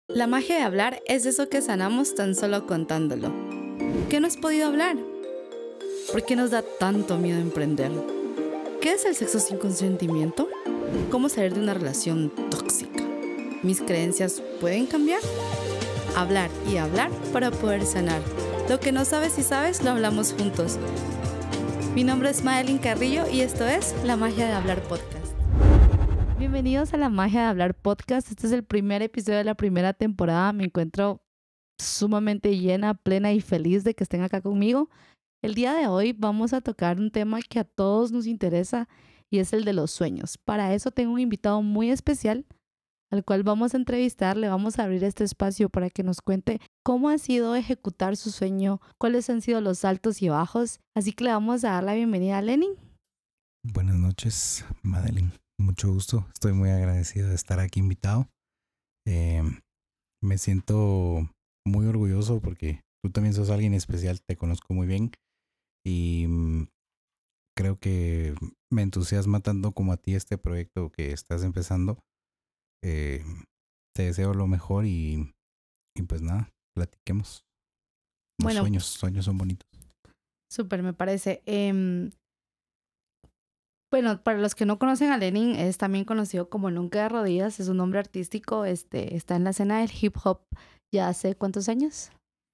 La magia de hablar es eso que sanamos tan solo contándolo. ¿Qué no has podido hablar? ¿Por qué nos da tanto miedo emprender? ¿Qué es el sexo sin consentimiento? ¿Cómo salir de una relación tóxica? ¿Mis creencias pueden cambiar? Hablar y hablar para poder sanar. Lo que no sabes y sabes, lo hablamos juntos. Mi nombre es Madeline Carrillo y esto es La Magia de Hablar Podcast. Bienvenidos a La Magia de Hablar Podcast. Este es el primer episodio de la primera temporada. Me encuentro sumamente llena, plena y feliz de que estén acá conmigo. El día de hoy vamos a tocar un tema que a todos nos interesa y es el de los sueños. Para eso tengo un invitado muy especial al cual vamos a entrevistar. Le vamos a abrir este espacio para que nos cuente cómo ha sido ejecutar su sueño, cuáles han sido los altos y bajos. Así que le vamos a dar la bienvenida a Lenin. Buenas noches, Madeline. Mucho gusto. Estoy muy agradecido de estar aquí invitado. Eh, Me siento muy orgulloso porque tú también sos alguien especial, te conozco muy bien y creo que me entusiasma tanto como a ti este proyecto que estás empezando. Eh, Te deseo lo mejor y pues nada, platiquemos. Los Bueno, sueños son bonitos. súper me parece. Bueno, para los que no conocen a Lenin, es también conocido como Nunca de Rodillas, es un nombre artístico, está en la escena del hip hop ya hace ¿cuántos años?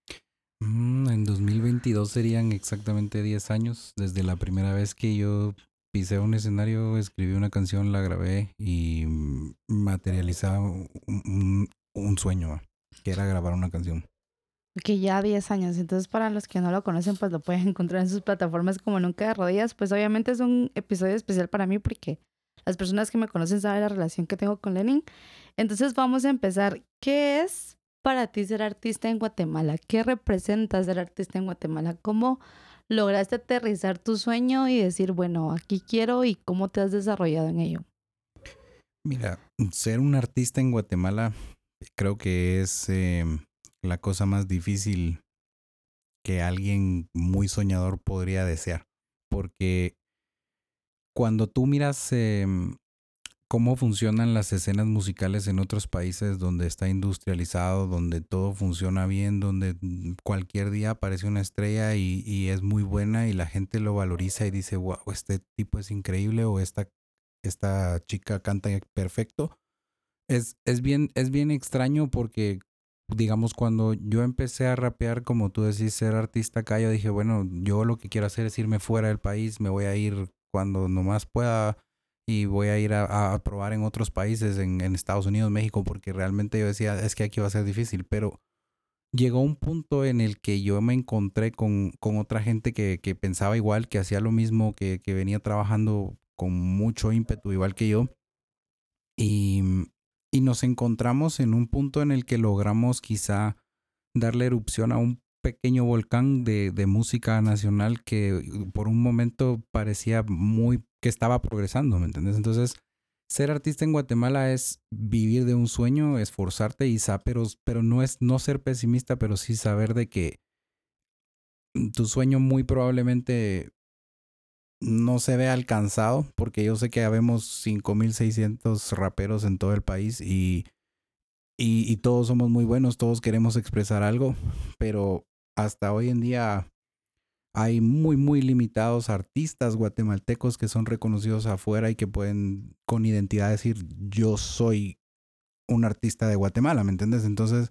En 2022 serían exactamente 10 años desde la primera vez que yo pisé un escenario, escribí una canción, la grabé y materializaba un sueño, que era grabar una canción. Que ya 10 años, entonces para los que no lo conocen, pues lo pueden encontrar en sus plataformas como Nunca de Rodillas, pues obviamente es un episodio especial para mí porque las personas que me conocen saben la relación que tengo con Lenin. Entonces vamos a empezar. ¿Qué es para ti ser artista en Guatemala? ¿Qué representa ser artista en Guatemala? ¿Cómo lograste aterrizar tu sueño y decir, bueno, aquí quiero y cómo te has desarrollado en ello? Mira, ser un artista en Guatemala creo que es la cosa más difícil que alguien muy soñador podría desear, porque cuando tú miras cómo funcionan las escenas musicales en otros países donde está industrializado, donde todo funciona bien, donde cualquier día aparece una estrella y es muy buena y la gente lo valoriza y dice, wow, este tipo es increíble o esta chica canta perfecto. Es bien extraño porque, digamos, cuando yo empecé a rapear, como tú decís, ser artista acá, yo dije, bueno, yo lo que quiero hacer es irme fuera del país, me voy a ir cuando nomás pueda y voy a ir a probar en otros países, en Estados Unidos, México, porque realmente yo decía, es que aquí va a ser difícil, pero llegó un punto en el que yo me encontré con otra gente que pensaba igual, que hacía lo mismo, que venía trabajando con mucho ímpetu, igual que yo, y, y nos encontramos en un punto en el que logramos quizá darle erupción a un pequeño volcán de música nacional que por un momento parecía muy que estaba progresando, ¿me entiendes? Entonces, ser artista en Guatemala es vivir de un sueño, esforzarte y pero no es no ser pesimista, pero sí saber de que tu sueño muy probablemente no se ve alcanzado, porque yo sé que habemos 5.600 raperos en todo el país y todos somos muy buenos, todos queremos expresar algo, pero hasta hoy en día hay muy limitados artistas guatemaltecos que son reconocidos afuera y que pueden con identidad decir yo soy un artista de Guatemala, ¿me entiendes? Entonces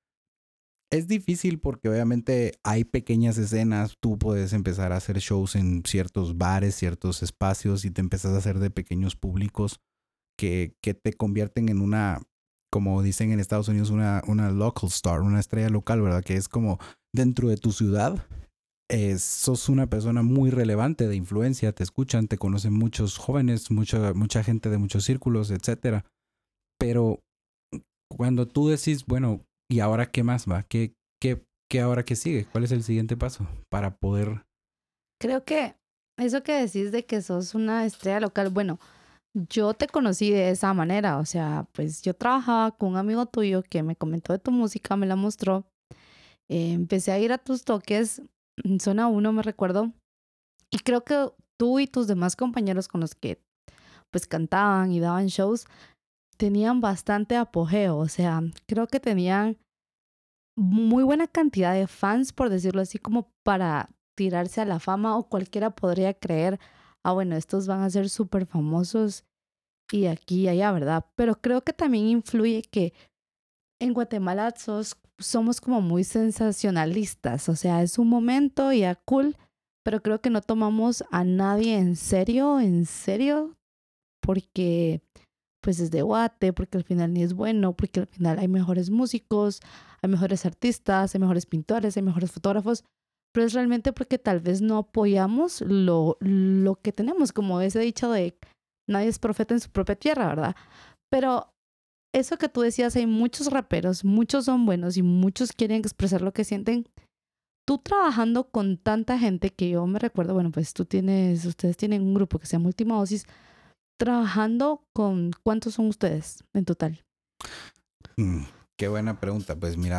es difícil porque obviamente hay pequeñas escenas, tú puedes empezar a hacer shows en ciertos bares, ciertos espacios y te empiezas a hacer de pequeños públicos que te convierten en una, como dicen en Estados Unidos, una local star, una estrella local, ¿verdad? Que es como dentro de tu ciudad, sos una persona muy relevante de influencia, te escuchan, te conocen muchos jóvenes, mucha gente de muchos círculos, etcétera. Pero cuando tú decís, bueno, ¿y ahora qué más va? ¿Qué ahora qué sigue? ¿Cuál es el siguiente paso para poder? Creo que eso que decís de que sos una estrella local, bueno, yo te conocí de esa manera, o sea, pues yo trabajaba con un amigo tuyo que me comentó de tu música, me la mostró, empecé a ir a tus toques, en Zona uno me recuerdo, y creo que tú y tus demás compañeros con los que pues cantaban y daban shows, tenían bastante apogeo, o sea, creo que tenían muy buena cantidad de fans, por decirlo así, como para tirarse a la fama o cualquiera podría creer, ah, bueno, estos van a ser súper famosos y aquí y allá, ¿verdad? Pero creo que también influye que en Guatemala somos como muy sensacionalistas, o sea, es un momento y a cool, pero creo que no tomamos a nadie en serio, porque pues es de Guate, porque al final ni es bueno, porque al final hay mejores músicos, hay mejores artistas, hay mejores pintores, hay mejores fotógrafos, pero es realmente porque tal vez no apoyamos lo que tenemos, como ese dicho de nadie es profeta en su propia tierra, ¿verdad? Pero eso que tú decías, hay muchos raperos, muchos son buenos y muchos quieren expresar lo que sienten. Tú trabajando con tanta gente que yo me recuerdo, bueno, pues ustedes tienen un grupo que se llama Última Dosis, trabajando con, ¿cuántos son ustedes en total? Mm, qué buena pregunta. Pues mira,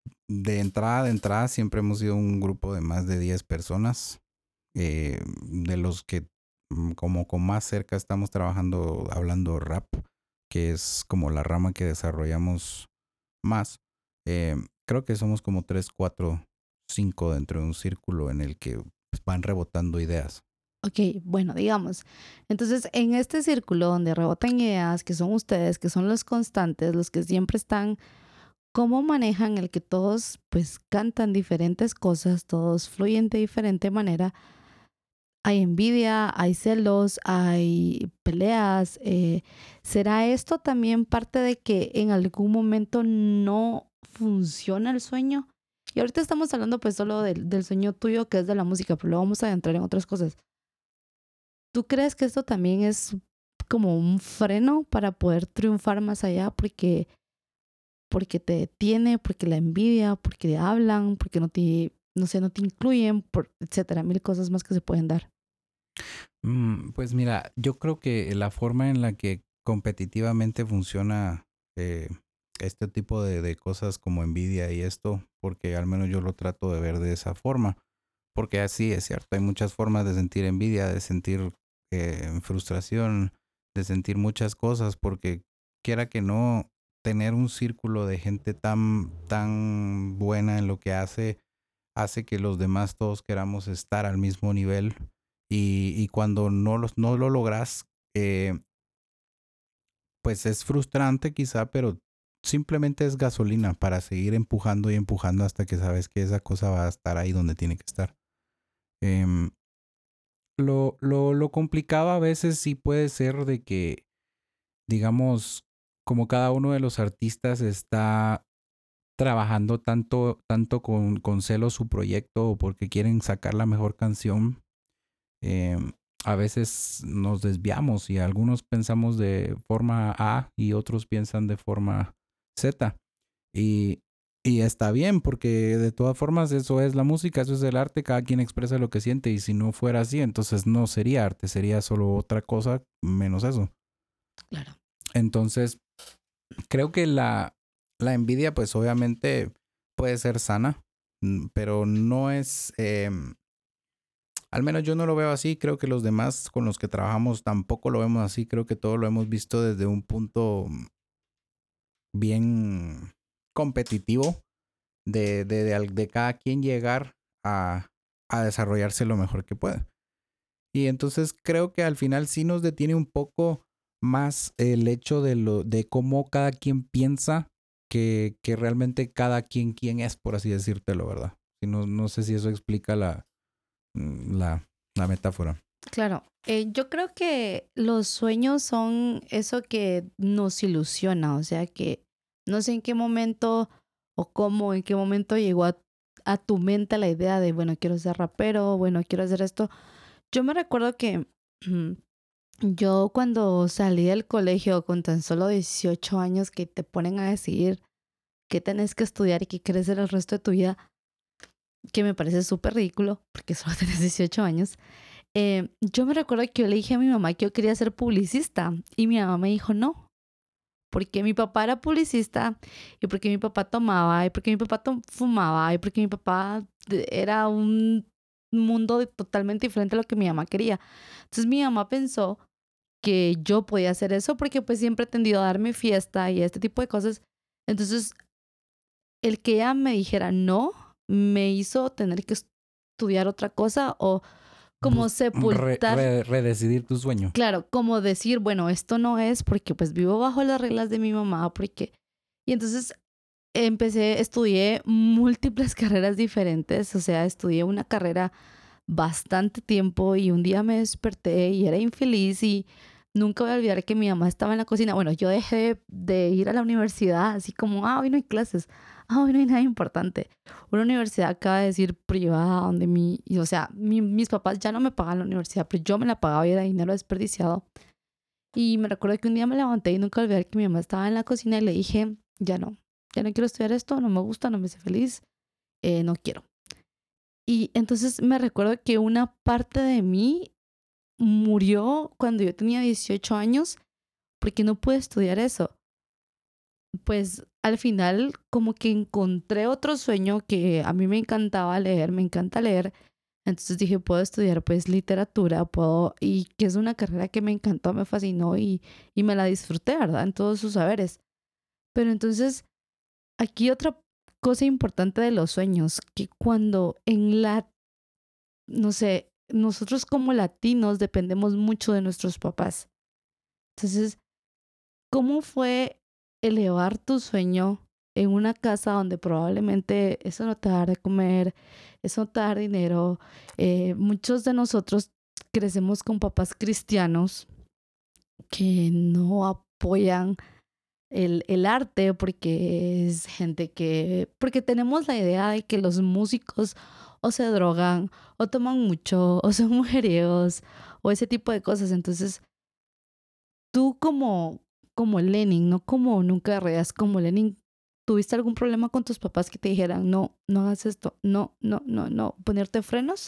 de entrada siempre hemos sido un grupo de más de 10 personas, de los que como con más cerca estamos trabajando hablando rap, que es como la rama que desarrollamos más. Creo que somos como 3 4 5 dentro de un círculo en el que pues, van rebotando ideas. Ok, bueno, digamos. Entonces, en este círculo donde rebotan ideas, que son ustedes, que son los constantes, los que siempre están, ¿cómo manejan el que todos pues cantan diferentes cosas, todos fluyen de diferente manera? Hay envidia, hay celos, hay peleas. ¿Será esto también parte de que en algún momento no funciona el sueño? Y ahorita estamos hablando pues solo del sueño tuyo que es de la música, pero luego vamos a entrar en otras cosas. ¿Tú crees que esto también es como un freno para poder triunfar más allá? Porque te detiene, porque la envidia, porque hablan, porque no sé, no te incluyen, etcétera, mil cosas más que se pueden dar. Pues mira, yo creo que la forma en la que competitivamente funciona eh, este tipo de cosas como envidia y esto, porque al menos yo lo trato de ver de esa forma, porque así es cierto, hay muchas formas de sentir envidia, de sentir frustración, de sentir muchas cosas, porque quiera que no, tener un círculo de gente tan buena en lo que hace que los demás todos queramos estar al mismo nivel y cuando no lo logras, eh, pues es frustrante quizá, pero simplemente es gasolina para seguir empujando y empujando hasta que sabes que esa cosa va a estar ahí donde tiene que estar. Em, lo complicado a veces sí puede ser de que, digamos, como cada uno de los artistas está trabajando tanto con celo su proyecto o porque quieren sacar la mejor canción, eh, a veces nos desviamos y algunos pensamos de forma A y otros piensan de forma Z. Y, y está bien, porque de todas formas eso es la música, eso es el arte, cada quien expresa lo que siente y si no fuera así, entonces no sería arte, sería solo otra cosa menos eso. Claro. Entonces, creo que la envidia pues obviamente puede ser sana, pero no es... al menos yo no lo veo así, creo que los demás con los que trabajamos tampoco lo vemos así, creo que todo lo hemos visto desde un punto bien competitivo de cada quien llegar a desarrollarse lo mejor que puede. Y entonces creo que al final sí nos detiene un poco más el hecho de cómo cada quien piensa que realmente cada quien es, por así decírtelo, ¿verdad? Y no sé si eso explica la metáfora. Claro, yo creo que los sueños son eso que nos ilusiona, o sea que no sé en qué momento o cómo, en qué momento llegó a tu mente la idea de, bueno, quiero ser rapero, bueno, quiero hacer esto. Yo me recuerdo que yo cuando salí del colegio con tan solo 18 años que te ponen a decidir qué tenés que estudiar y qué quieres hacer el resto de tu vida, que me parece súper ridículo porque solo tenés 18 años. Yo me recuerdo que yo le dije a mi mamá que yo quería ser publicista y mi mamá me dijo no, porque mi papá era publicista y porque mi papá tomaba y porque mi papá fumaba y porque mi papá era un mundo totalmente diferente a lo que mi mamá quería. Entonces mi mamá pensó que yo podía hacer eso porque pues siempre he tendido a darme fiesta y este tipo de cosas. Entonces, el que ella me dijera no me hizo tener que estudiar otra cosa o como sepultar, Redecidir tu sueño. claro, como decir, bueno, esto no es porque pues vivo bajo las reglas de mi mamá, porque... Y entonces estudié múltiples carreras diferentes, o sea, estudié una carrera bastante tiempo y un día me desperté y era infeliz y nunca voy a olvidar que mi mamá estaba en la cocina. Bueno, yo dejé de ir a la universidad, así como, hoy no hay clases, hoy no hay nada importante. Una universidad acaba de decir privada, donde o sea, mis papás ya no me pagaban la universidad, pero yo me la pagaba y era dinero desperdiciado. Y me recuerdo que un día me levanté y nunca olvidé que mi mamá estaba en la cocina y le dije, ya no quiero estudiar esto, no me gusta, no me hace feliz, no quiero. Y entonces me recuerdo que una parte de mí murió cuando yo tenía 18 años porque no pude estudiar eso. Pues al final como que encontré otro sueño que a mí me encantaba leer, me encanta leer. Entonces dije, puedo estudiar pues literatura, y que es una carrera que me encantó, me fascinó y me la disfruté, ¿verdad? En todos sus saberes. Pero entonces, aquí otra cosa importante de los sueños, que cuando no sé, nosotros como latinos dependemos mucho de nuestros papás. Entonces, ¿cómo fue elevar tu sueño en una casa donde probablemente eso no te va a dar de comer, eso no te va a dar dinero? Muchos de nosotros crecemos con papás cristianos que no apoyan el arte porque es gente porque tenemos la idea de que los músicos o se drogan o toman mucho o son mujeriegos o ese tipo de cosas. Entonces, tú como Lenin, no como nunca Reas, como Lenin, ¿tuviste algún problema con tus papás que te dijeran, no, no hagas esto, no, no, no, no, ponerte frenos?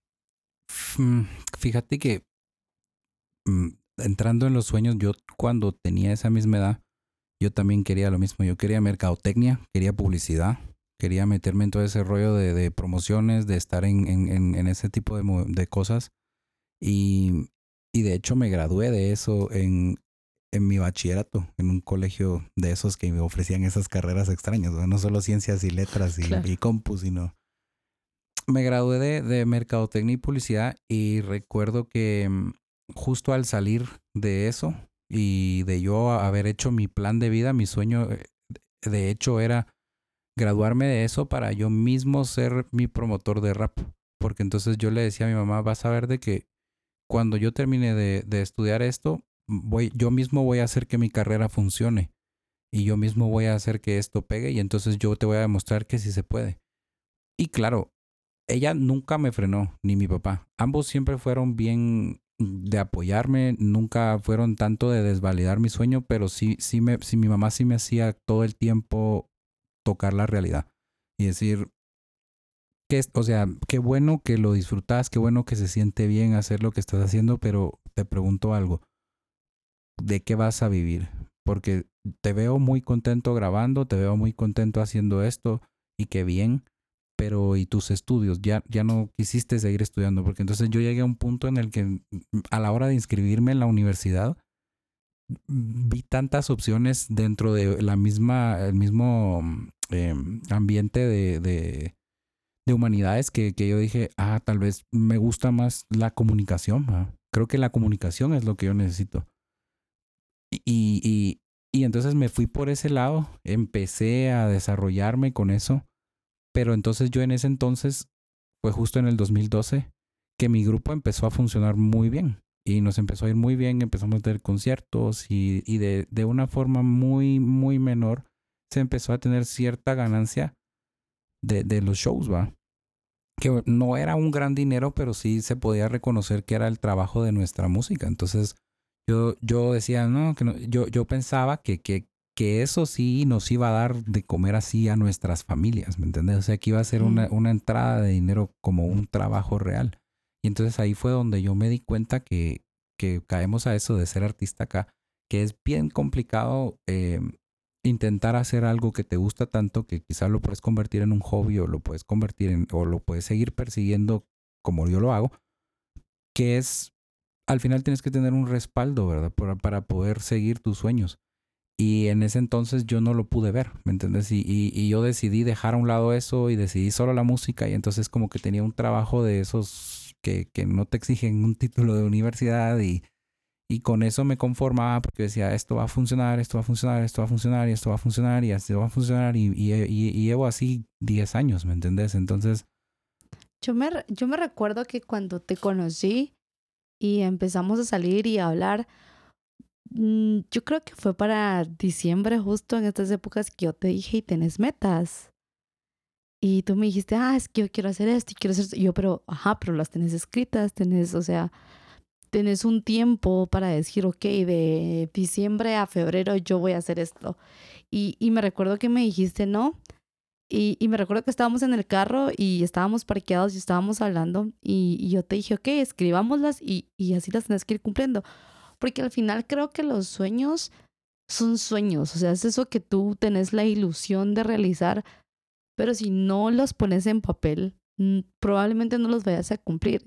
Mm, Fíjate que mm, entrando en los sueños, yo cuando tenía esa misma edad, yo también quería lo mismo. Yo quería mercadotecnia, quería publicidad, quería meterme en todo ese rollo de promociones, de estar en ese tipo de cosas. Y, y de hecho me gradué de eso en mi bachillerato, en un colegio de esos que me ofrecían esas carreras extrañas, ¿no? No solo ciencias y letras Claro. y compu, sino... Me gradué de mercadotecnia y publicidad y recuerdo que justo al salir de eso y de yo haber hecho mi plan de vida, mi sueño, de hecho era graduarme de eso para yo mismo ser mi promotor de rap. Porque entonces yo le decía a mi mamá, vas a ver de que cuando yo termine de estudiar esto, yo mismo voy a hacer que mi carrera funcione y yo mismo voy a hacer que esto pegue y entonces yo te voy a demostrar que sí se puede. Y claro, ella nunca me frenó, ni mi papá. Ambos siempre fueron bien de apoyarme, nunca fueron tanto de desvalidar mi sueño, pero sí mi mamá sí me hacía todo el tiempo tocar la realidad y decir, o sea, qué bueno que lo disfrutas, qué bueno que se siente bien hacer lo que estás haciendo, pero te pregunto algo, ¿de qué vas a vivir? Porque te veo muy contento grabando, te veo muy contento haciendo esto y qué bien, pero ¿y tus estudios? Ya no quisiste seguir estudiando, porque entonces yo llegué a un punto en el que a la hora de inscribirme en la universidad vi tantas opciones dentro de el mismo ambiente de humanidades que yo dije, tal vez me gusta más la comunicación, ¿va? Creo que la comunicación es lo que yo necesito. Y, y, y entonces me fui por ese lado, empecé a desarrollarme con eso, pero entonces yo en ese entonces, fue justo en el 2012, que mi grupo empezó a funcionar muy bien y nos empezó a ir muy bien, empezamos a tener conciertos y de una forma muy, muy menor se empezó a tener cierta ganancia de los shows, ¿va? Que no era un gran dinero, pero sí se podía reconocer que era el trabajo de nuestra música. Entonces yo decía, no, que no, yo pensaba que eso sí nos iba a dar de comer así a nuestras familias, ¿me entiendes? O sea, que iba a ser Mm. una entrada de dinero como un trabajo real. Y entonces ahí fue donde yo me di cuenta que caemos a eso de ser artista acá, que es bien complicado intentar hacer algo que te gusta tanto que quizás lo puedes convertir en un hobby o lo puedes convertir o lo puedes seguir persiguiendo como yo lo hago, que es al final tienes que tener un respaldo, ¿verdad? Para poder seguir tus sueños. Y en ese entonces yo no lo pude ver, ¿me entiendes? Y yo decidí dejar a un lado eso y decidí solo la música. Y entonces como que tenía un trabajo de esos que no te exigen un título de universidad y con eso me conformaba porque decía, esto va a funcionar, esto va a funcionar, esto va a funcionar y esto va a funcionar y así va a funcionar y llevo así 10 años, ¿me entendés? Entonces, Yo me recuerdo que cuando te conocí y empezamos a salir y a hablar, yo creo que fue para diciembre, justo en estas épocas que yo te dije, y tenés metas. Y tú me dijiste, es que yo quiero hacer esto y quiero hacer esto. Y yo, pero, pero las tenés escritas, tenés, o sea, tenés un tiempo para decir, ok, de diciembre a febrero yo voy a hacer esto. Y me recuerdo que me dijiste no. Y me recuerdo que estábamos en el carro y estábamos parqueados y estábamos hablando. Y yo te dije, ok, escribámoslas y así las tenés que ir cumpliendo. Porque al final creo que los sueños son sueños. O sea, es eso que tú tenés la ilusión de realizar, pero si no los pones en papel, probablemente no los vayas a cumplir.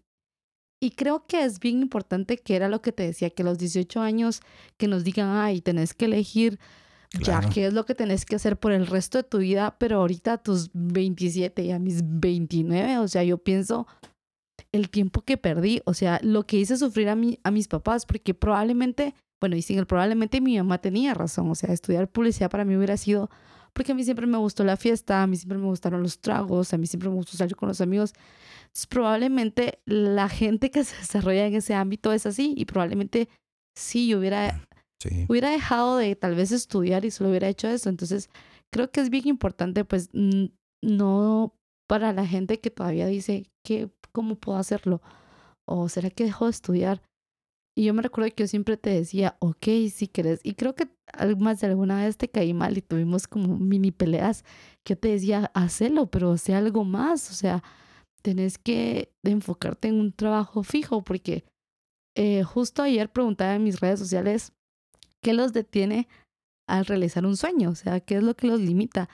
Y creo que es bien importante, que era lo que te decía, que a los 18 años que nos digan, ay, tenés que elegir ya claro, qué es lo que tenés que hacer por el resto de tu vida, pero ahorita a tus 27 y a mis 29, o sea, yo pienso el tiempo que perdí, o sea, lo que hice sufrir a mis papás, porque probablemente, bueno, y sin el probablemente mi mamá tenía razón, o sea, estudiar publicidad para mí hubiera sido, porque a mí siempre me gustó la fiesta, a mí siempre me gustaron los tragos, a mí siempre me gustó salir con los amigos. Entonces, probablemente la gente que se desarrolla en ese ámbito es así, y probablemente sí, yo sí, hubiera dejado de tal vez estudiar y solo hubiera hecho eso. Entonces, creo que es bien importante, pues, no para la gente que todavía dice, ¿cómo puedo hacerlo? ¿O será que dejo de estudiar? Y yo me recuerdo que yo siempre te decía, ok, si querés. Y creo que más de alguna vez te caí mal y tuvimos como mini peleas, que yo te decía, hacelo, pero sé algo más. O sea, tenés que enfocarte en un trabajo fijo, porque justo ayer preguntaba en mis redes sociales qué los detiene al realizar un sueño, o sea, qué es lo que los limita.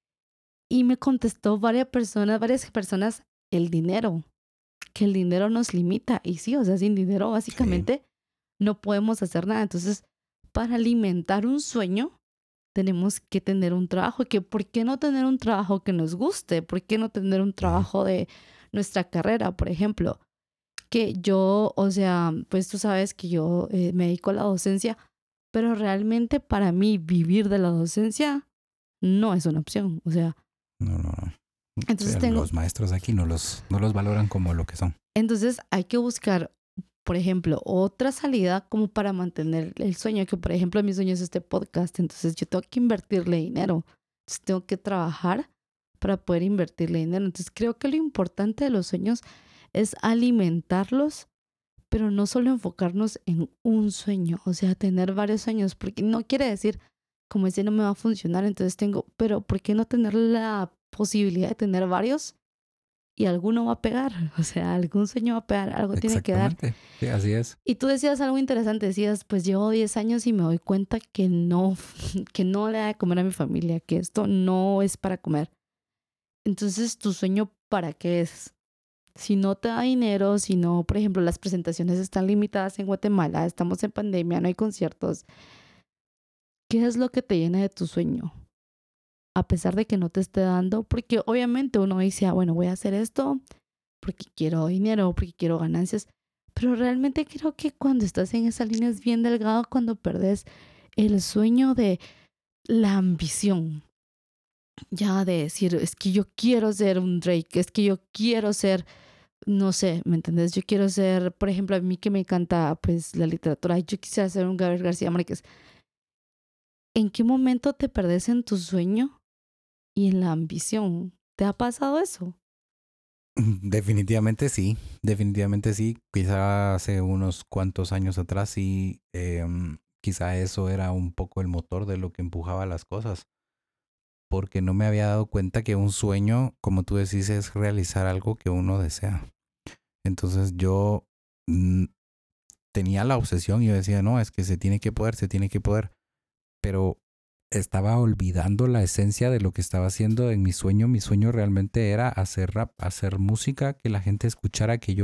Y me contestó varias personas, el dinero, que el dinero nos limita. Y sí, o sea, sin dinero sí. básicamente no podemos hacer nada. Entonces, para alimentar un sueño, tenemos que tener un trabajo. Que ¿por qué no tener un trabajo que nos guste? ¿Por qué no tener un Ujú. trabajo de nuestra carrera, por ejemplo? Que yo, o sea, pues tú sabes que yo me dedico a la docencia, pero realmente para mí vivir de la docencia no es una opción. O sea, No, no, no. O entonces sea, los maestros aquí no los valoran como lo que son. entonces hay que buscar, por ejemplo, otra salida como para mantener el sueño, que por ejemplo mi sueño es este podcast, entonces yo tengo que invertirle dinero, entonces tengo que trabajar para poder invertirle dinero. Entonces creo que lo importante de los sueños es alimentarlos, pero no solo enfocarnos en un sueño, o sea, tener varios sueños, porque no quiere decir, como ese no me va a funcionar, entonces pero ¿por qué no tener la posibilidad de tener varios y alguno va a pegar? O sea, algún sueño va a pegar, algo tiene que dar. Exactamente. Sí, así es. Y tú decías algo interesante, decías, pues llevo 10 años y me doy cuenta que no, que no le da de comer a mi familia, que esto no es para comer. Entonces, ¿tu sueño para qué es? Si no te da dinero, si no, por ejemplo, las presentaciones están limitadas en Guatemala, estamos en pandemia, no hay conciertos, ¿qué es lo que te llena de tu sueño? A pesar de que no te esté dando, porque obviamente uno dice, bueno, voy a hacer esto porque quiero dinero, porque quiero ganancias, pero realmente creo que cuando estás en esa línea es bien delgado, cuando perdés el sueño de la ambición, ya de decir, es que yo quiero ser un Drake, es que yo quiero ser, no sé, ¿me entendés? Yo quiero ser, por ejemplo, a mí que me encanta pues la literatura, yo quisiera ser un Gabriel García Márquez. ¿En qué momento te perdés en tu sueño y en la ambición? ¿Te ha pasado eso? Definitivamente sí, definitivamente sí. Quizá hace unos cuantos años atrás sí, quizá eso era un poco el motor de lo que empujaba las cosas, porque no me había dado cuenta que un sueño, como tú decís, es realizar algo que uno desea. Entonces yo mm, tenía la obsesión y yo decía, no, es que se tiene que poder, pero estaba olvidando la esencia de lo que estaba haciendo en mi sueño. Mi sueño realmente era hacer rap, hacer música, que la gente escuchara, que yo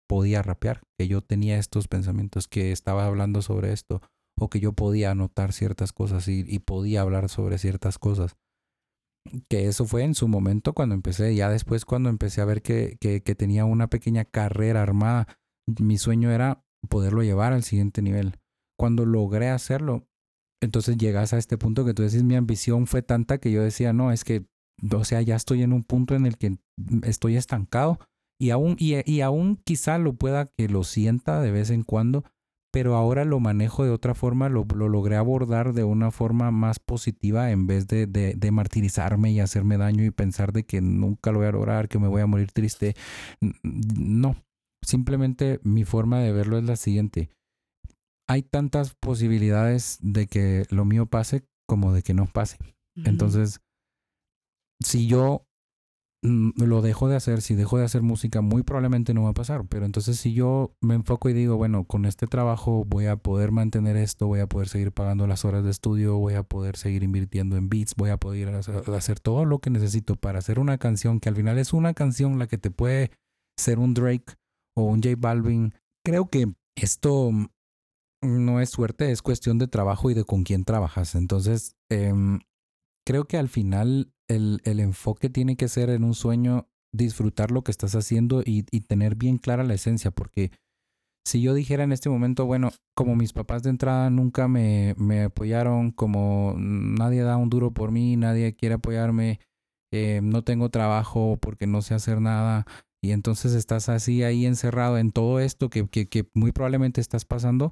podía rapear, que yo tenía estos pensamientos, que estaba hablando sobre esto, o que yo podía anotar ciertas cosas y podía hablar sobre ciertas cosas. Que eso fue en su momento cuando empecé. Ya después cuando empecé a ver que tenía una pequeña carrera armada, mi sueño era poderlo llevar al siguiente nivel. Cuando logré hacerlo, entonces llegas a este punto que tú decís, mi ambición fue tanta que yo decía, no, es que, o sea, ya estoy en un punto en el que estoy estancado y aún quizá lo pueda que lo sienta de vez en cuando, pero ahora lo manejo de otra forma, lo logré abordar de una forma más positiva en vez de martirizarme y hacerme daño y pensar de que nunca lo voy a lograr, que me voy a morir triste. No, simplemente mi forma de verlo es la siguiente. Hay tantas posibilidades de que lo mío pase como de que no pase. Entonces, si yo lo dejo de hacer, si dejo de hacer música, muy probablemente no va a pasar. Pero entonces si yo me enfoco y digo, bueno, con este trabajo voy a poder mantener esto, voy a poder seguir pagando las horas de estudio, voy a poder seguir invirtiendo en beats, voy a poder hacer todo lo que necesito para hacer una canción que al final es una canción la que te puede ser un Drake o un J Balvin. Creo que esto no es suerte, es cuestión de trabajo y de con quién trabajas. Entonces, creo que al final el enfoque tiene que ser en un sueño, disfrutar lo que estás haciendo y tener bien clara la esencia, porque si yo dijera en este momento, bueno, como mis papás de entrada nunca me apoyaron, como nadie da un duro por mí, nadie quiere apoyarme, no tengo trabajo porque no sé hacer nada, y entonces estás así ahí encerrado en todo esto que muy probablemente estás pasando.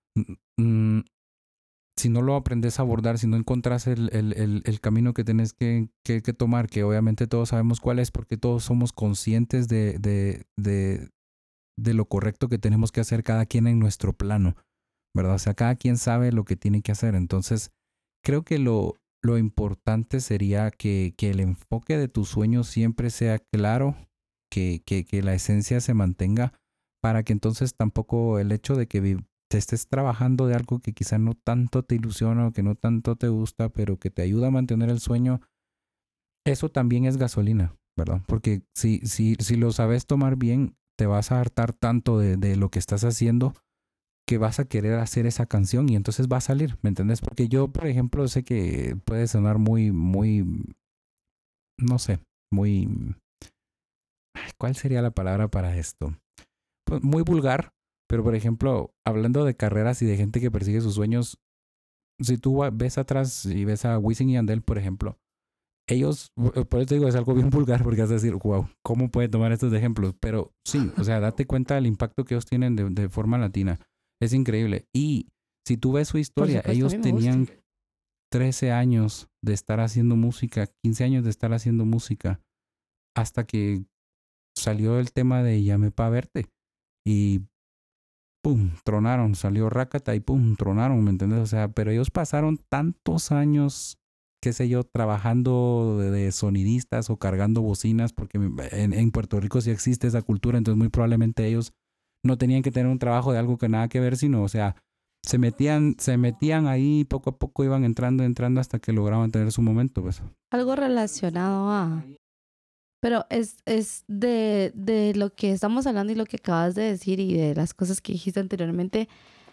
Si no lo aprendes a abordar, si no encontrás el camino que tenés que tomar, que obviamente todos sabemos cuál es, porque todos somos conscientes de lo correcto que tenemos que hacer cada quien en nuestro plano, ¿verdad? O sea, cada quien sabe lo que tiene que hacer. Entonces, creo que lo importante sería que el enfoque de tu sueño siempre sea claro, que la esencia se mantenga, para que entonces tampoco el hecho de que te estés trabajando de algo que quizá no tanto te ilusiona o que no tanto te gusta, pero que te ayuda a mantener el sueño, eso también es gasolina, ¿verdad? Porque si lo sabes tomar bien, te vas a hartar tanto de lo que estás haciendo que vas a querer hacer esa canción y entonces va a salir, ¿me entendés? Porque yo, por ejemplo, sé que puede sonar no sé, muy, ¿cuál sería la palabra para esto? Pues muy vulgar, pero por ejemplo, hablando de carreras y de gente que persigue sus sueños, si tú ves atrás y ves a Wisin y Yandel, por ejemplo, ellos, por eso te digo, es algo bien vulgar porque vas a decir, wow, ¿cómo puede tomar estos ejemplos? Pero sí, o sea, date cuenta del impacto que ellos tienen de forma latina. Es increíble. Y si tú ves su Por historia, supuesto, a ellos mí me gusta. tenían 13 años de estar haciendo música, 15 años de estar haciendo música, hasta que salió el tema de Llamé pa' verte. Y pum, tronaron, salió Rakata y pum, tronaron, ¿me entiendes? O sea, pero ellos pasaron tantos años, qué sé yo, trabajando de sonidistas o cargando bocinas, porque en Puerto Rico sí existe esa cultura, entonces muy probablemente ellos no tenían que tener un trabajo de algo que nada que ver, sino, o sea, se metían ahí, poco a poco iban entrando hasta que lograban tener su momento, pues. Algo relacionado a... Pero es de lo que estamos hablando y lo que acabas de decir y de las cosas que dijiste anteriormente,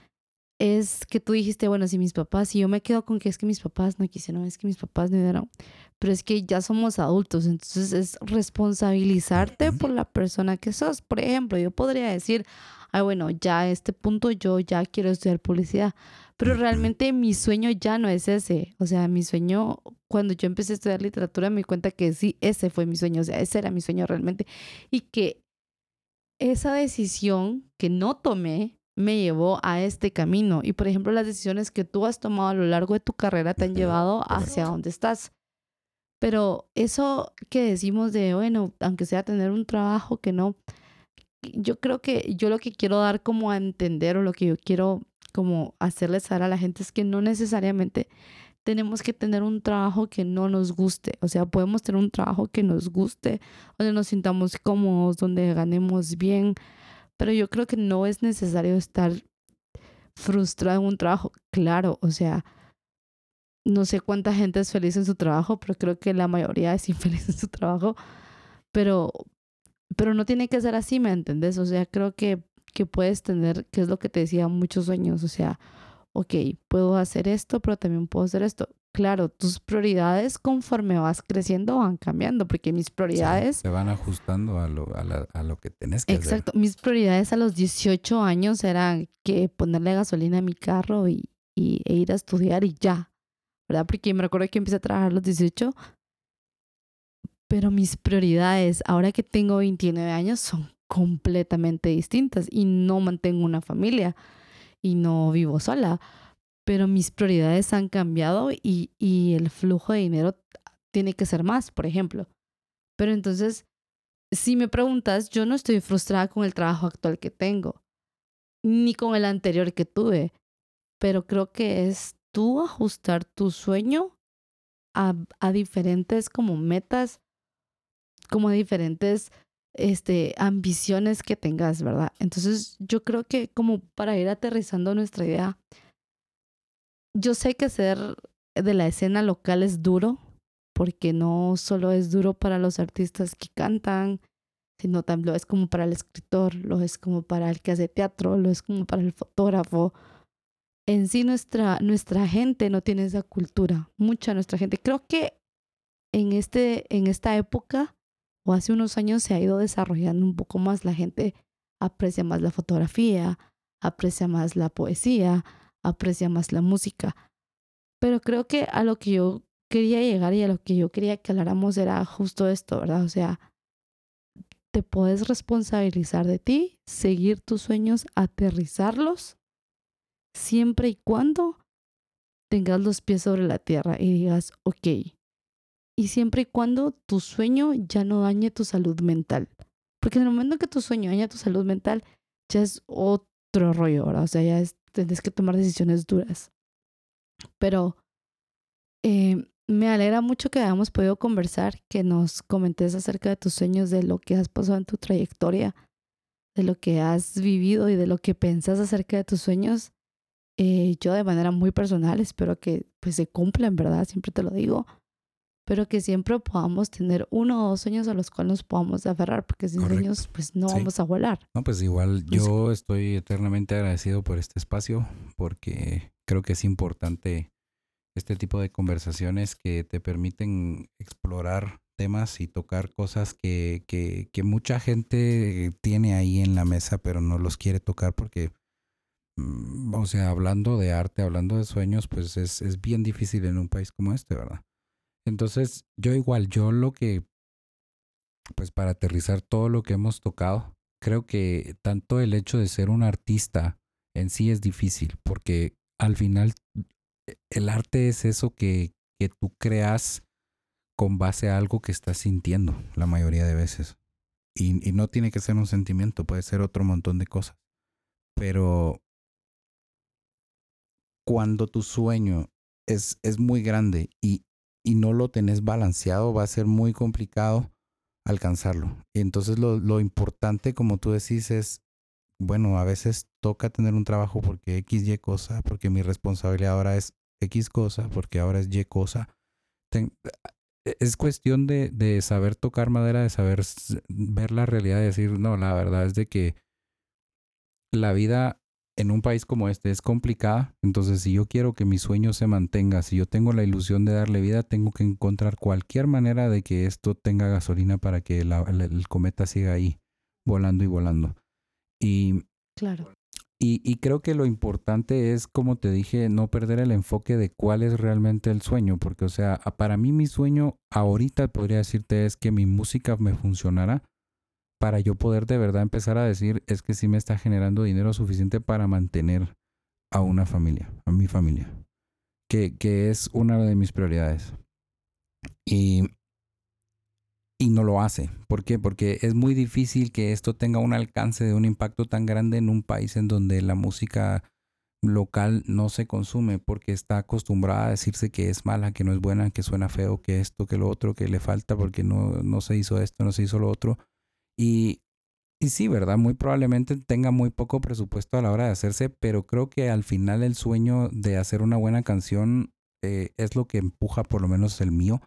es que tú dijiste, bueno, si mis papás, si yo me quedo con que es que mis papás no quisieron, es que mis papás no dieron, pero es que ya somos adultos, entonces es responsabilizarte por la persona que sos. Por ejemplo, yo podría decir, ay, bueno, ya a este punto yo ya quiero estudiar publicidad, pero realmente mi sueño ya no es ese. O sea, mi sueño, cuando yo empecé a estudiar literatura, me di cuenta que sí, ese fue mi sueño, o sea, ese era mi sueño realmente. Y que esa decisión que no tomé me llevó a este camino. Y por ejemplo, las decisiones que tú has tomado a lo largo de tu carrera te han llevado hacia donde estás. Pero eso que decimos de, bueno, aunque sea tener un trabajo que no, yo creo que yo lo que quiero dar como a entender o lo que yo quiero como hacerles saber a la gente es que no necesariamente tenemos que tener un trabajo que no nos guste. O sea, podemos tener un trabajo que nos guste, donde nos sintamos cómodos, donde ganemos bien, pero yo creo que no es necesario estar frustrado en un trabajo. Claro, o sea, no sé cuánta gente es feliz en su trabajo, pero creo que la mayoría es infeliz en su trabajo. Pero Pero no tiene que ser así, ¿me entendés? O sea, creo que puedes tener, que es lo que te decía, muchos sueños. O sea, ok, puedo hacer esto, pero también puedo hacer esto. Claro, tus prioridades conforme vas creciendo van cambiando, porque mis Sí, prioridades, se van ajustando a lo que tenés que hacer. exacto, mis prioridades a los 18 años eran que ponerle gasolina a mi carro e ir a estudiar y ya, ¿verdad? Porque me recuerdo que empecé a trabajar a los 18, pero mis prioridades ahora que tengo 29 años son completamente distintas y no mantengo una familia y no vivo sola, pero mis prioridades han cambiado y el flujo de dinero tiene que ser más, por ejemplo. Pero entonces, si me preguntas, yo no estoy frustrada con el trabajo actual que tengo, ni con el anterior que tuve, pero creo que es tú ajustar tu sueño a diferentes como metas, como a diferentes ambiciones que tengas, ¿verdad? Entonces, yo creo que como para ir aterrizando nuestra idea, yo sé que ser de la escena local es duro, porque no solo es duro para los artistas que cantan, sino también lo es como para el escritor, lo es como para el que hace teatro, lo es como para el fotógrafo. En sí nuestra gente no tiene esa cultura, mucha nuestra gente. Creo que en esta época o hace unos años se ha ido desarrollando un poco más. La gente aprecia más la fotografía, aprecia más la poesía, aprecia más la música. Pero creo que a lo que yo quería llegar y a lo que yo quería que habláramos era justo esto, ¿verdad? O sea, te puedes responsabilizar de ti, seguir tus sueños, aterrizarlos, siempre y cuando tengas los pies sobre la tierra y digas, ok, y siempre y cuando tu sueño ya no dañe tu salud mental. Porque en el momento que tu sueño daña tu salud mental, ya es otro rollo, ¿verdad? O sea, tienes que tomar decisiones duras. Pero me alegra mucho que hayamos podido conversar, que nos comentes acerca de tus sueños, de lo que has pasado en tu trayectoria, de lo que has vivido y de lo que pensás acerca de tus sueños. Yo de manera muy personal espero que pues se cumplan, ¿verdad? Siempre te lo digo, pero que siempre podamos tener uno o dos sueños a los cuales nos podamos aferrar, porque sin Correcto. sueños pues no Sí. vamos a volar. No, pues igual Pues, yo estoy eternamente agradecido por este espacio porque creo que es importante este tipo de conversaciones que te permiten explorar temas y tocar cosas que mucha gente tiene ahí en la mesa, pero no los quiere tocar porque, o sea, hablando de arte, hablando de sueños, pues es bien difícil en un país como este, ¿verdad? Entonces, yo igual, yo lo que, pues para aterrizar todo lo que hemos tocado, creo que tanto el hecho de ser un artista en sí es difícil porque al final el arte es eso que tú creas con base a algo que estás sintiendo la mayoría de veces. Y no tiene que ser un sentimiento, puede ser otro montón de cosas. Pero cuando tu sueño es muy grande y no lo tenés balanceado, va a ser muy complicado alcanzarlo. Y entonces lo importante, como tú decís, es, bueno, a veces toca tener un trabajo porque X, Y cosa, porque mi responsabilidad ahora es X cosa, porque ahora es Y cosa. Es cuestión de saber tocar madera, de saber ver la realidad y decir, no, la verdad es de que la vida en un país como este es complicada. Entonces, si yo quiero que mi sueño se mantenga, si yo tengo la ilusión de darle vida, tengo que encontrar cualquier manera de que esto tenga gasolina para que el cometa siga ahí, volando y volando. Y claro, y creo que lo importante es, como te dije, no perder el enfoque de cuál es realmente el sueño, porque, o sea, para mí mi sueño ahorita podría decirte es que mi música me funcionara para yo poder de verdad empezar a decir es que sí me está generando dinero suficiente para mantener a una familia, a mi familia, que es una de mis prioridades. Y, y no lo hace. ¿Por qué? Porque es muy difícil que esto tenga un alcance de un impacto tan grande en un país en donde la música local no se consume porque está acostumbrada a decirse que es mala, que no es buena, que suena feo, que esto, que lo otro, que le falta porque no se hizo esto, no se hizo lo otro. Y, y sí, ¿verdad? Muy probablemente tenga muy poco presupuesto a la hora de hacerse, pero creo que al final el sueño de hacer una buena canción es lo que empuja por lo menos el mío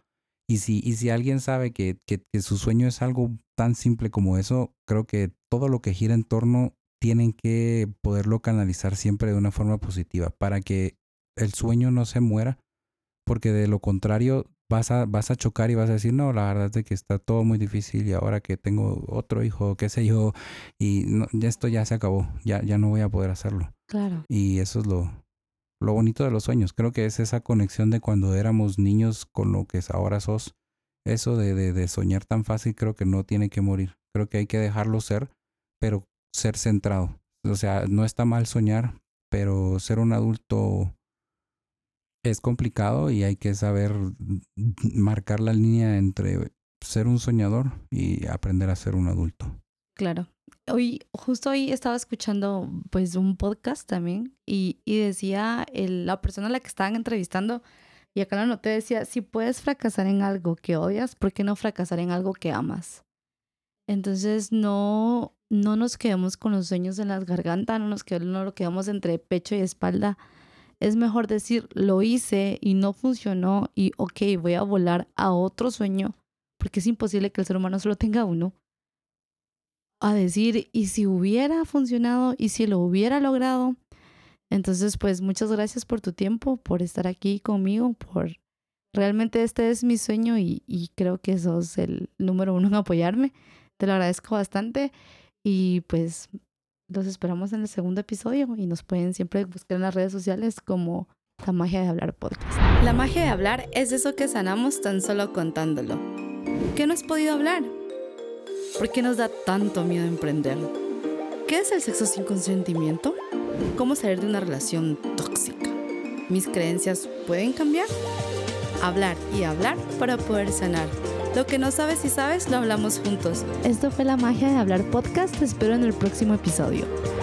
Y si alguien sabe que su sueño es algo tan simple como eso, creo que todo lo que gira en torno tienen que poderlo canalizar siempre de una forma positiva para que el sueño no se muera, porque de lo contrario vas a chocar y vas a decir, no, la verdad es de que está todo muy difícil y ahora que tengo otro hijo, qué sé yo, y no, ya esto ya se acabó, ya no voy a poder hacerlo. Claro. Y eso es lo bonito de los sueños. Creo que es esa conexión de cuando éramos niños con lo que ahora sos. Eso de soñar tan fácil creo que no tiene que morir. Creo que hay que dejarlo ser, pero ser centrado. O sea, no está mal soñar, pero ser un adulto es complicado y hay que saber marcar la línea entre ser un soñador y aprender a ser un adulto. Claro. Justo hoy estaba escuchando pues un podcast también y decía la persona a la que estaban entrevistando, y acá lo noté, decía, si puedes fracasar en algo que odias, ¿por qué no fracasar en algo que amas? Entonces no nos quedemos con los sueños en las gargantas, no lo quedamos entre pecho y espalda. Es mejor decir, lo hice y no funcionó y ok, voy a volar a otro sueño, porque es imposible que el ser humano solo tenga uno. A decir, ¿y si hubiera funcionado? ¿Y si lo hubiera logrado? Entonces, pues muchas gracias por tu tiempo, por estar aquí conmigo, realmente este es mi sueño y creo que sos el número uno en apoyarme. Te lo agradezco bastante y pues los esperamos en el segundo episodio y nos pueden siempre buscar en las redes sociales como La Magia de Hablar Podcast. La magia de hablar es eso que sanamos tan solo contándolo. ¿Qué no has podido hablar? ¿Por qué nos da tanto miedo emprender? ¿Qué es el sexo sin consentimiento? ¿Cómo salir de una relación tóxica? ¿Mis creencias pueden cambiar? Hablar y hablar para poder sanar. Lo que no sabes y sabes, lo hablamos juntos. Esto fue La Magia de Hablar Podcast. Te espero en el próximo episodio.